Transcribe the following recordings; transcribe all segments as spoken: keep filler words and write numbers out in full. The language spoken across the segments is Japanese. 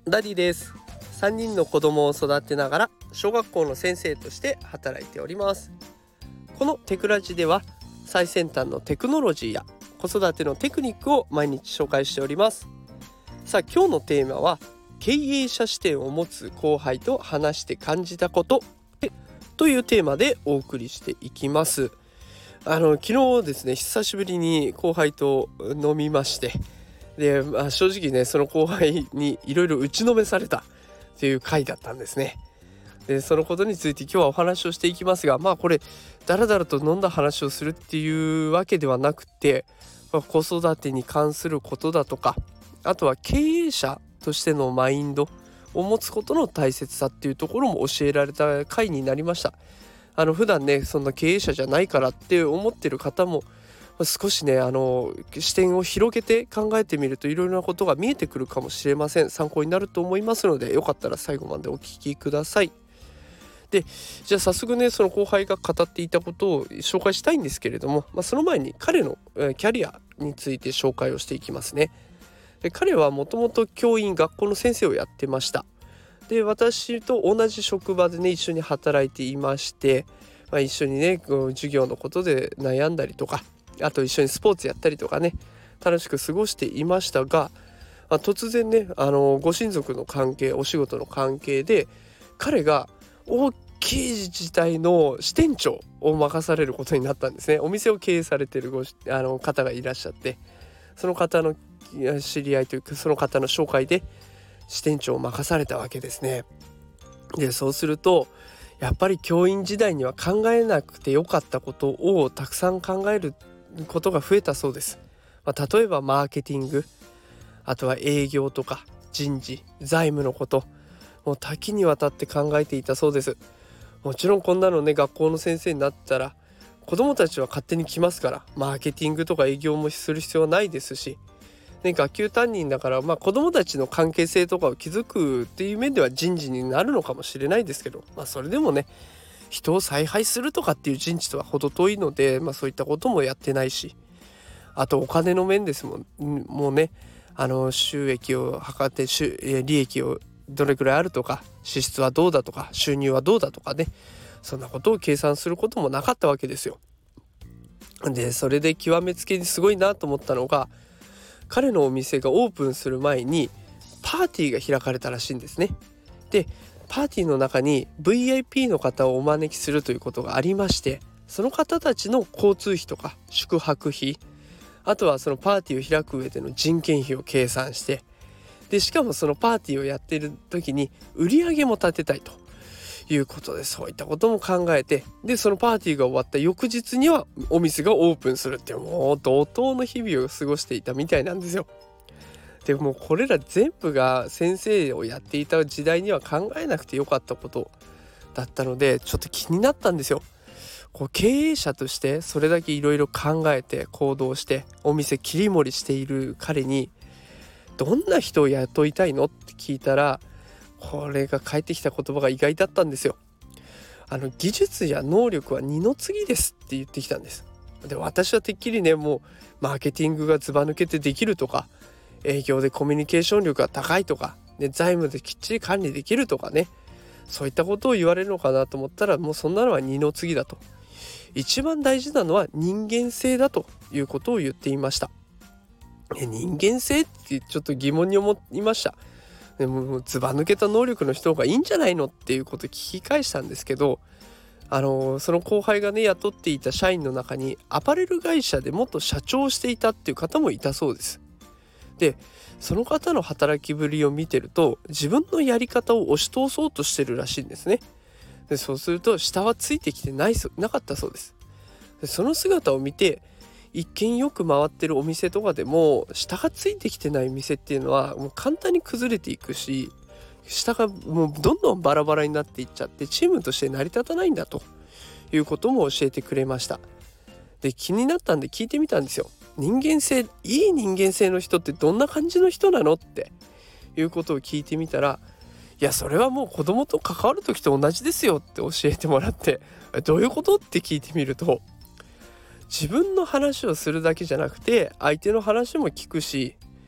ダディです。さんにんの子供を育てながら小学校の先生として働いております。このテクラジでは最先端のテクノロジーや子育てのテクニックを毎日紹介しております。さあ今日のテーマは経営者視点を持つ後輩と話して感じたことというテーマでお送りしていきます。あの昨日ですね、久しぶりに後輩と飲みまして、で、まあ、正直ねその後輩にいろいろ打ちのめされたという回だったんですね。でそのことについて今日はお話をしていきますが、まあこれだらだらと飲んだ話をするっていうわけではなくて、まあ、子育てに関することだとか、あとは経営者としてのマインドを持つことの大切さっていうところも教えられた回になりました。あの普段ねそんな経営者じゃないからって思ってる方も少しねあの視点を広げて考えてみるといろいろなことが見えてくるかもしれません。参考になると思いますので、よかったら最後までお聞きください。でじゃあ早速ねその後輩が語っていたことを紹介したいんですけれども、まあ、その前に彼のキャリアについて紹介をしていきますね。で彼はもともと教員学校の先生をやってました。で私と同じ職場でね一緒に働いていまして、まあ、一緒にねこう授業のことで悩んだりとか、あと一緒にスポーツやったりとかね楽しく過ごしていましたが、まあ、突然ねあのご親族の関係、お仕事の関係で彼が大きい自治体の支店長を任されることになったんですね。お店を経営されているごあの方がいらっしゃって、その方の知り合いというかその方の紹介で支店長を任されたわけですね。でそうするとやっぱり教員時代には考えなくてよかったことをたくさん考えることが増えたそうです。まあ、例えばマーケティング、あとは営業とか人事、財務のこと、もう多岐にわたって考えていたそうです。もちろんこんなのね学校の先生になったら子どもたちは勝手に来ますから、マーケティングとか営業もする必要はないですし、ね、学級担任だから、まあ、子どもたちの関係性とかを築くっていう面では人事になるのかもしれないですけど、まあ、それでもね人を采配するとかっていう人事とは程遠いので、まあ、そういったこともやってないし、あとお金の面ですもん、もうねあの収益を測って利益をどれくらいあるとか、支出はどうだとか収入はどうだとかね、そんなことを計算することもなかったわけですよ。でそれで極めつけにすごいなと思ったのが、彼のお店がオープンする前にパーティーが開かれたらしいんですね。でパーティーの中に ブイアイピー の方をお招きするということがありまして、その方たちの交通費とか宿泊費、あとはそのパーティーを開く上での人件費を計算して、でしかもそのパーティーをやっている時に売り上げも立てたいということで、そういったことも考えて、でそのパーティーが終わった翌日にはお店がオープンするっていう、もう怒涛の日々を過ごしていたみたいなんですよ。でもこれら全部が先生をやっていた時代には考えなくてよかったことだったので、ちょっと気になったんですよ。こう経営者としてそれだけいろいろ考えて行動してお店切り盛りしている彼にどんな人を雇いたいのって聞いたら、これが返ってきた言葉が意外だったんですよ。あの技術や能力は二の次ですって言ってきたんです。で私はてっきりねもうマーケティングがずば抜けてできるとか、営業でコミュニケーション力が高いとか、ね、財務できっちり管理できるとかね、そういったことを言われるのかなと思ったら、もうそんなのは二の次だと。一番大事なのは人間性だということを言っていました。人間性ってちょっと疑問に思いました。でもずば抜けた能力の人がいいんじゃないのっていうことを聞き返したんですけど、あのその後輩がね雇っていた社員の中にアパレル会社で元社長をしていたっていう方もいたそうです。でその方の働きぶりを見てると自分のやり方を押し通そうとしてるらしいんですね。でそうすると下はついてきてないなかったそうです。でその姿を見て、一見よく回ってるお店とかでも下がついてきてない店っていうのはもう簡単に崩れていくし、下がもうどんどんバラバラになっていっちゃってチームとして成り立たないんだということも教えてくれました。で気になったんで聞いてみたんですよ。人間性、いい人間性の人ってどんな感じの人なのっていうことを聞いてみたら、いやそれはもう子供と関わる時と同じですよって教えてもらって、どういうことって聞いてみると、自分の話をするだけじゃなくて相手の話も聞くし、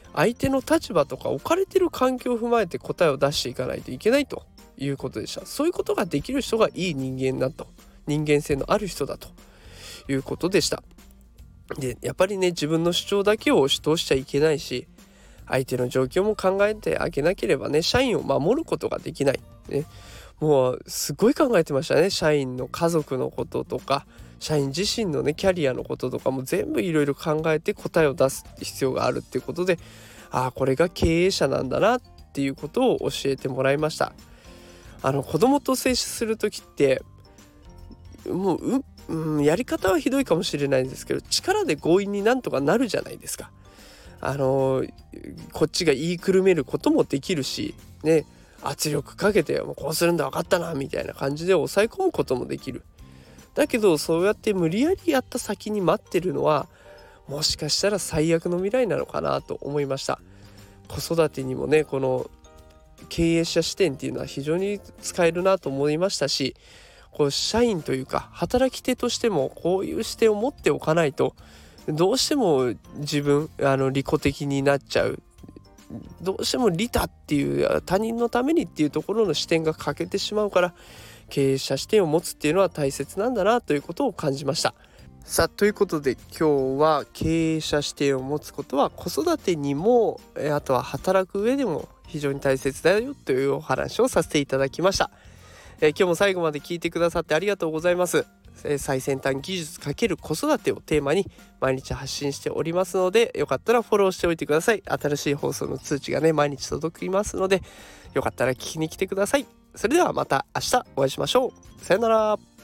相手の立場とか置かれてる環境を踏まえて答えを出していかないといけないということでした。そういうことができる人がいい人間だと、人間性のある人だということでした。でやっぱりね、自分の主張だけを押し通しちゃいけないし、相手の状況も考えてあげなければね、社員を守ることができない、ね、もうすごい考えてましたね。社員の家族のこととか、社員自身のねキャリアのこととかも全部いろいろ考えて答えを出す必要があるっていうことで、ああこれが経営者なんだなっていうことを教えてもらいました。あの子供と接する時ってもう、ううん、やり方はひどいかもしれないんですけど、力で強引になんとかなるじゃないですか。あのこっちが言いくるめることもできるしね、圧力かけてもうこうするんだ分かったなみたいな感じで抑え込むこともできる。だけどそうやって無理やりやった先に待ってるのは、もしかしたら最悪の未来なのかなと思いました。子育てにもね、この経営者視点っていうのは非常に使えるなと思いましたし、こう社員というか働き手としてもこういう視点を持っておかないと、どうしても自分あの利己的になっちゃう、どうしても利他っていう他人のためにっていうところの視点が欠けてしまうから、経営者視点を持つっていうのは大切なんだなということを感じました。さあということで、今日は経営者視点を持つことは子育てにも、あとは働く上でも非常に大切だよというお話をさせていただきました。えー、今日も最後まで聞いてくださってありがとうございます。えー、最先端技術×子育てをテーマに毎日発信しておりますので、よかったらフォローしておいてください。新しい放送の通知がね毎日届きますので、よかったら聞きに来てください。それではまた明日お会いしましょう。さよなら。